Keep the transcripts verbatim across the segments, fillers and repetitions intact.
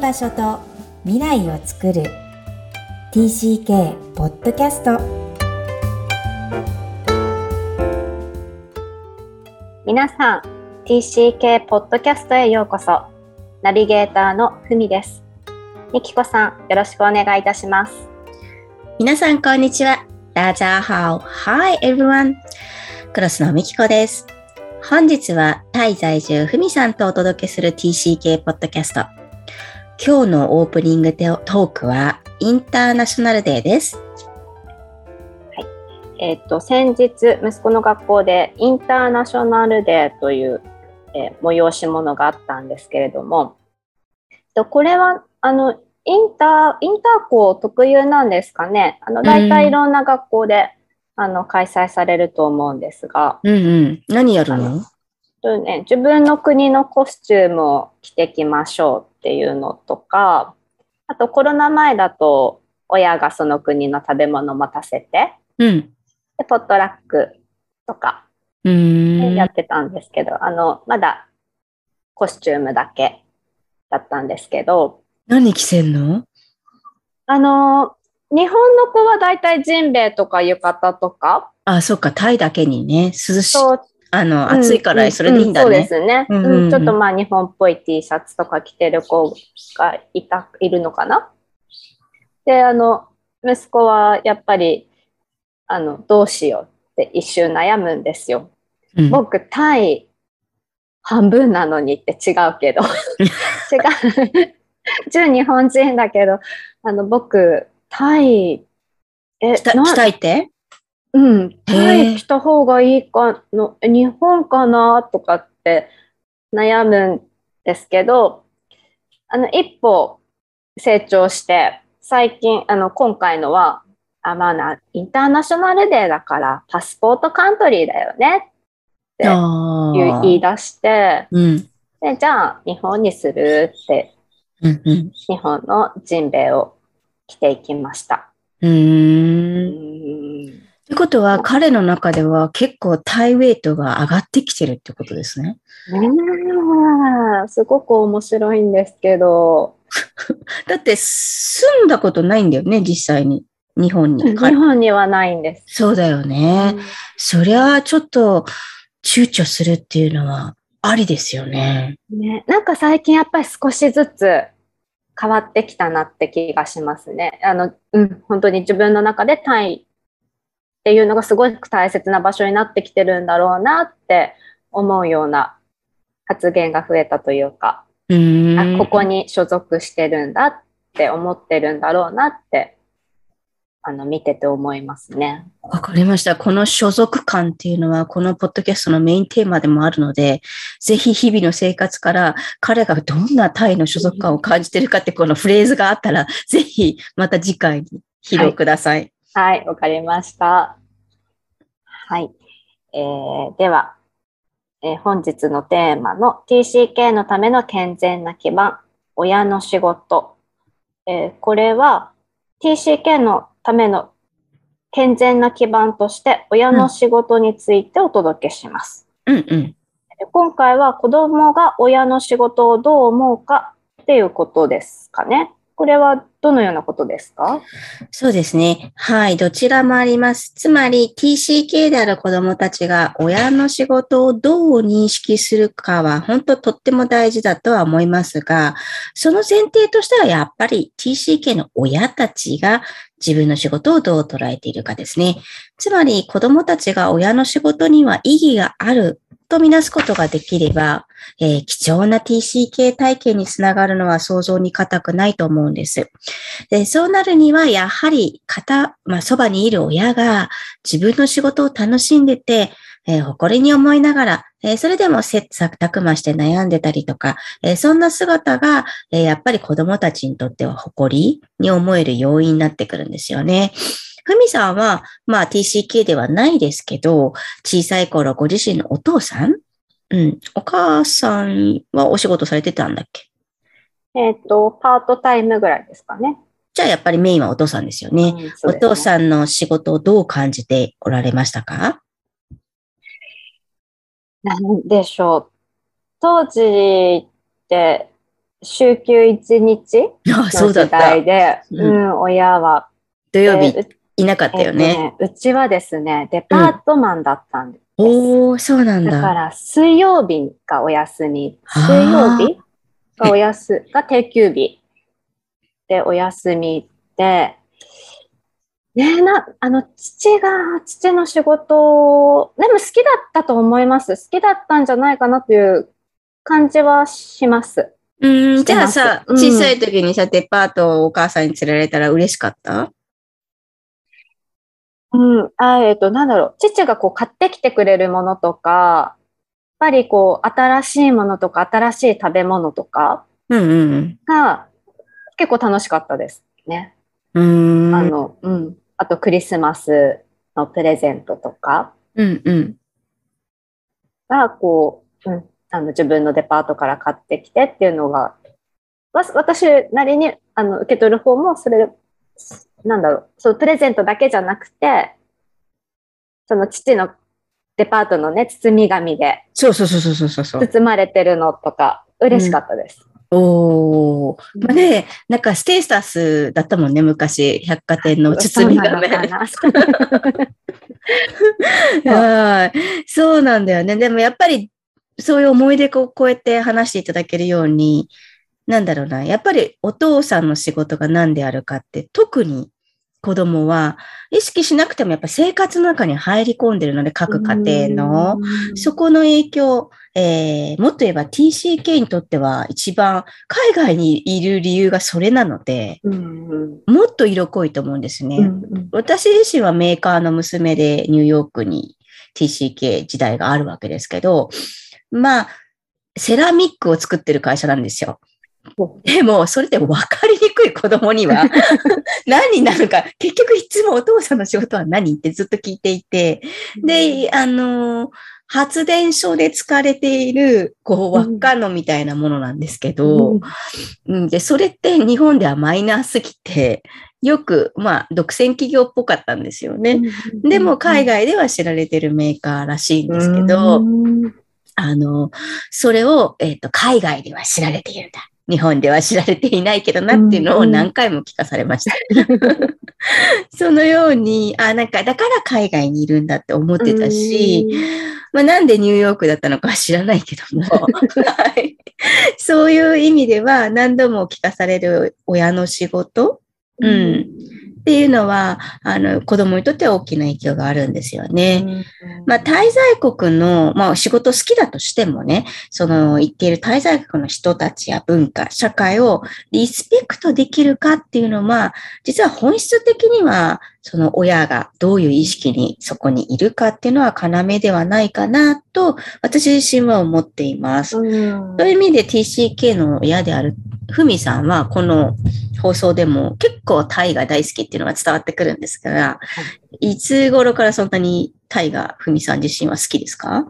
場所と未来をつくる ティーシーケー ポッドキャスト。 皆さん ティーシーケー ポッドキャストへようこそ。ナビゲーターのふみです。みきこさん、よろしくお願いいたします。 皆さんこんにちは。大家好。Hi everyone。クロスのみきこです。本日はタイ在住ふみさんとお届けする ティーシーケー ポッドキャスト。今日のオープニングトークはインターナショナルデーです。はい。 えっと、先日、息子の学校でインターナショナルデーという、えー、催し物があったんですけれども、これは、あの、インター、インター校特有なんですかね。あの、大体いろんな学校で、うん、あの、開催されると思うんですが。 うんうん。何やるの？ とね、自分の国のコスチュームを着てきましょうっていうのとか、あとコロナ前だと親がその国の食べ物を持たせて、 うん、 でポットラックとかうーんやってたんですけど、あの、まだコスチュームだけだったんですけど。 何着せんの？ あの、日本の子はだいたいジンベエとか浴衣とか。 あ、そっか、タイだけにね、涼しい。 そうあの、暑いからそれでいいんだね。 うんうん、そうですね、 うんうんうん。 ちょっとまあ日本っぽい T シャツとか着てる子がいた、いるのかな。で、あの、息子はやっぱり、あの、どうしようって一瞬悩むんですよ。うん、僕、タイ半分なのにって違うけど。違う。純日本人だけど、あの、僕、タイ、 え、着たいって？ うん、タイ来た方がいいかの、日本かなとかって悩むんですけど、あの、一歩成長して、最近、あの、今回のは、あ、まあな、インターナショナルデーだから、パスポートカントリーだよねって言い出して、 うん、 で、じゃあ、日本にするって、 うんうん、 日本のジンベエを着ていきました。 うーん。ってことは、彼の中では結構タイウェイトが上がってきてるってことですね。 ねえ、すごく面白いんですけど。 だって住んだことないんだよね、実際に。日本に。 日本にはないんです。 そうだよね。うん、そりゃちょっと躊躇するっていうのはありですよね。 ね、なんか最近やっぱり少しずつ変わってきたなって気がしますね。あの、うん、本当に自分の中でタイっていうのがすごく大切な場所になってきてるんだろうなって思うような発言が増えたというか、 うーん、 あ、ここに所属してるんだって思ってるんだろうなってあの見てて思いますね。 わかりました。この所属感っていうのはこのポッドキャストのメインテーマでもあるので、ぜひ日々の生活から彼がどんなタイの所属感を感じているかってこのフレーズがあったら、ぜひまた次回に披露ください。 はい、わ、はい、かりました。はい。えー、では、えー、本日のテーマの ティーシーケー のための健全な基盤、親の仕事。えー、これは ティーシーケー のための健全な基盤として親の仕事についてお届けします。 うんうん、 今回は子どもが親の仕事をどう思うかっていうことですかね。これはどのようなことですか？ そうですね。はい。どちらもあります。つまり ティーシーケー である子どもたちが親の仕事をどう認識するかは本当とっても大事だとは思いますが、その前提としてはやっぱり ティーシーケー の親たちが自分の仕事をどう捉えているかですね。つまり子どもたちが親の仕事には意義があるとみなすことができれば、えー、貴重な ティーシーケー 体験につながるのは想像に難くないと思うんです。で、そうなるには、やはり、方、まあ、そばにいる親が自分の仕事を楽しんでて、えー、誇りに思いながら、えー、それでも切磋琢磨して悩んでたりとか、えー、そんな姿が、えー、やっぱり子供たちにとっては誇りに思える要因になってくるんですよね。ふみさんは、まあ ティーシーケー ではないですけど、小さい頃ご自身のお父さん、うん、お母さんはお仕事されてたんだっけ？ えっと、パートタイムぐらいですかね。 じゃあやっぱりメインはお父さんですよね。うん、そうですね。お父さんの仕事をどう感じておられましたか？ なんでしょう。当時って週休いちにちあ、その時うだった。 代で、 うんうん、親は。 土曜日でういなかったえっとよね。 ね、うちはですね、デパートマンだったんです。 おー、そうなんだ。 だから水曜日がお休み、水曜あ日がお休が定休日でお休みで、ねえな、あの、父が、父の仕事、でも好きだったと思います。好きだったんじゃないかなという感じはします。 ー。うん、じしてます。 ゃあさ、 うん小さい時にさ、デパートをお母さんに連れられたら嬉しかった？ うん、あ、えっと、なんだろう。父がこう買ってきてくれるものとか、やっぱりこう、新しいものとか、新しい食べ物とかうんうんが結構楽しかったですね。 うん。うーん。 あの、うん。あとクリスマスのプレゼントとかうんうん。 が、こう、うん、あの自分のデパートから買ってきてっていうのが、わ私なりにあの受け取る方も、それ、なんだろう、そのプレゼントだけじゃなくて、その父のデパートのね、包み紙でそうそうそうそうそうそう。 包まれてるのとか、嬉しかったです。 おー。まあね、なんかステータスだったもんね、昔、百貨店の包み紙。はい。そうなんだよね。でもやっぱり、そういう思い出をこうやって話していただけるように、なんだろうな。やっぱりお父さんの仕事が何であるかって、特に子供は意識しなくてもやっぱ生活の中に入り込んでるので、各家庭の、そこの影響、えー、もっと言えば ティーシーケー にとっては一番海外にいる理由がそれなので、もっと色濃いと思うんですね。うんうん、私自身はメーカーの娘でニューヨークに ティーシーケー 時代があるわけですけど、まあ、セラミックを作ってる会社なんですよ。でも、それって分かりにくい子供には何になるか、結局いつもお父さんの仕事は何ってずっと聞いていて、で、あの、発電所で使われている、こう、輪っかのみたいなものなんですけど、うん、で、それって日本ではマイナーすぎて、よく、まあ、独占企業っぽかったんですよね。でも、海外では知られてるメーカーらしいんですけど、あの、それを、えっと、海外では知られているんだ。日本では知られていないけどなっていうのを何回も聞かされました。そのように、あ、なんか、だから海外にいるんだって思ってたし、まあ、なんでニューヨークだったのかは知らないけども、はい、そういう意味では何度も聞かされる親の仕事、うん、っていうのは、あの、子供にとっては大きな影響があるんですよね。まあ、滞在国の、まあ、仕事好きだとしてもね、その、行っている滞在国の人たちや文化、社会をリスペクトできるかっていうのは、実は本質的には、その親がどういう意識にそこにいるかっていうのは要ではないかなと、私自身は思っています。そういう意味で ティーシーケー の親であるふみさんは、この放送でも結構タイが大好きっていうのが伝わってくるんですが、いつ頃からそんなにタイがふみさん自身は好きですか？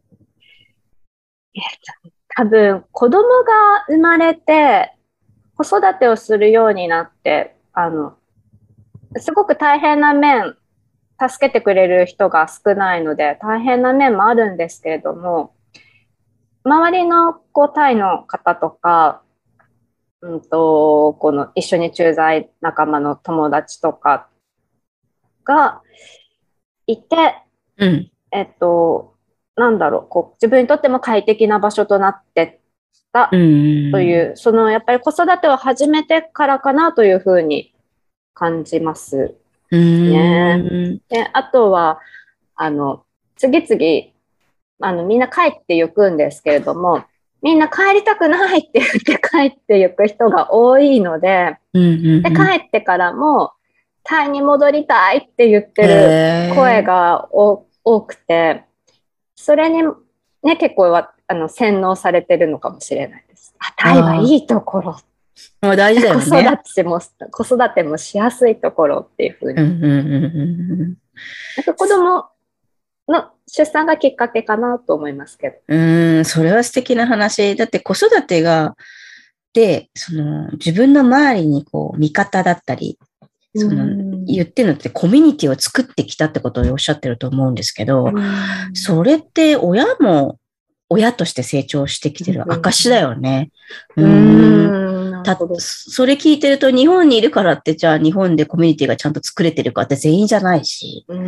多分、子供が生まれて、子育てをするようになって、あの、すごく大変な面、助けてくれる人が少ないので、大変な面もあるんですけれども、周りのこうタイの方とか、うんと、この一緒に駐在仲間の友達とかがいて、 うん、 えっと、なんだろう、こう自分にとっても快適な場所となってたという、そのやっぱり子育てを始めてからかなというふうに感じますね。で、あとは、あの、次々、あの、みんな帰ってゆくんですけれども、みんな帰りたくないって言って帰ってゆく人が多いので、で、帰ってからも、タイに戻りたいって言ってる声が多くて、それにね、結構はあの洗脳されてるのかもしれないです。あ、タイはいいところ。 もう大事だよね。 子育ても、子育てもしやすいところっていうふうに。なんか子供の出産がきっかけかなと思いますけど。 うん、それは素敵な話。だって子育てが、で、その自分の周りにこう味方だったり、その言ってるのってコミュニティを作ってきたってことをおっしゃってると思うんですけど、それって親も親として成長してきてる証だよね。 ううんん。たそれ聞いてると日本にいるからってじゃあ日本でコミュニティがちゃんと作れてるかって全員じゃないし。 うん、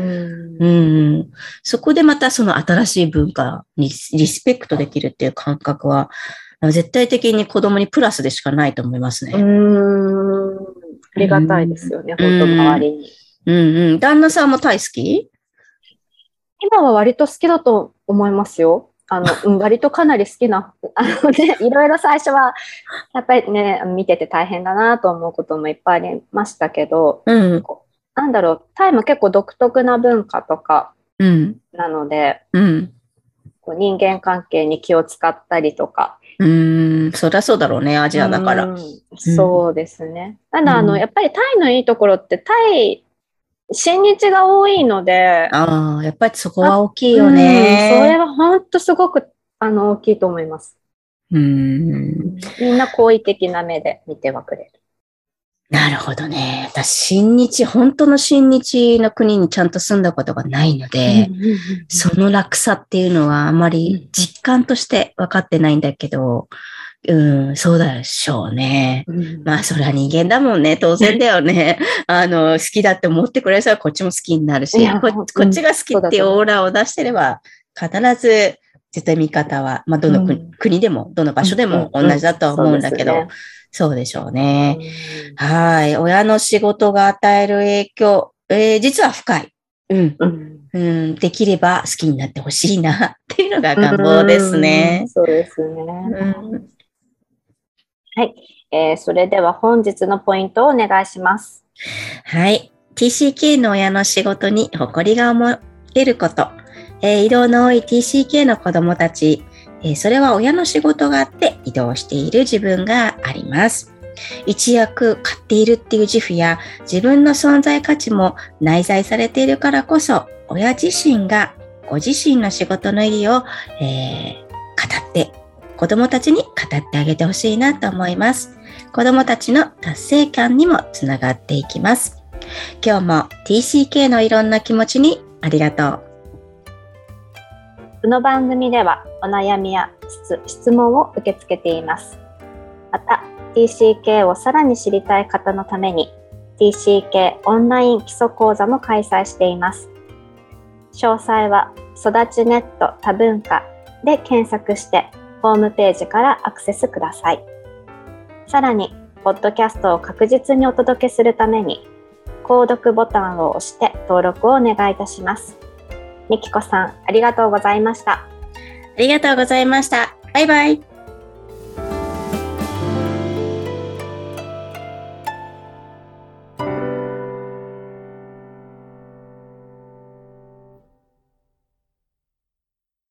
うん、そこでまたその新しい文化にリスペクトできるっていう感覚は絶対的に子供にプラスでしかないと思いますね。 うん、ありがたいですよね、うん、本当周りに。 うんうん。旦那さんもタイ好き？ 今は割と好きだと思いますよ。あの、うん、割とかなり好きな、あのね、いろいろ最初は、やっぱりね、見てて大変だなと思うこともいっぱいありましたけど、 うん、 なんだろう、タイも結構独特な文化とかなので、 うんうん、 こう人間関係に気を使ったりとか。 うーん、そりゃそうだろうね、アジアだから。うん、 そうですね。ただ、あの、やっぱりタイのいいところって、タイ、親日が多いので。 ああ、やっぱりそこは大きいよね。 うん、それは本当すごく、あの、大きいと思います。 うーん。 みんな好意的な目で見てはくれる。 なるほどね。私、親日、本当の親日の国にちゃんと住んだことがないので、その楽さっていうのはあまり実感として分かってないんだけど、うん、そうでしょうね。うん、まあ、それは人間だもんね。当然だよね。あの、好きだって思ってくれる人はこっちも好きになるし、こ, こっちが好きっていうオーラを出してれば、必ず絶対味方は、まあ、どの国、うん、国でも、どの場所でも同じだとは思うんだけど、うんうんうん、そうでしょうね。うん、はい。親の仕事が与える影響、えー、実は深い。うん。うんうん、できれば好きになってほしいなっていうのが願望ですね。 うそうですね。うんはい、えー。それでは本日のポイントをお願いします。 はい。ティーシーケー の親の仕事に誇りが持てること。えー、移動の多い ティーシーケー の子供たち。えー、それは親の仕事があって移動している自分があります。一役買っているっていう自負や自分の存在価値も内在されているからこそ、親自身がご自身の仕事の意義を、えー、語って子供たちに語ってあげてほしいなと思います。子供たちの達成感にもつながっていきます。今日も ティーシーケー のいろんな気持ちにありがとう。 この番組ではお悩みや質問を受け付けています。また ティーシーケー をさらに知りたい方のために ティーシーケー オンライン基礎講座も開催しています。詳細は育ちネット多文化で検索してホームページからアクセスください。さらに、ポッドキャストを確実にお届けするために、購読ボタンを押して登録をお願いいたします。みきこさん、ありがとうございました。 ありがとうございました。バイバイ。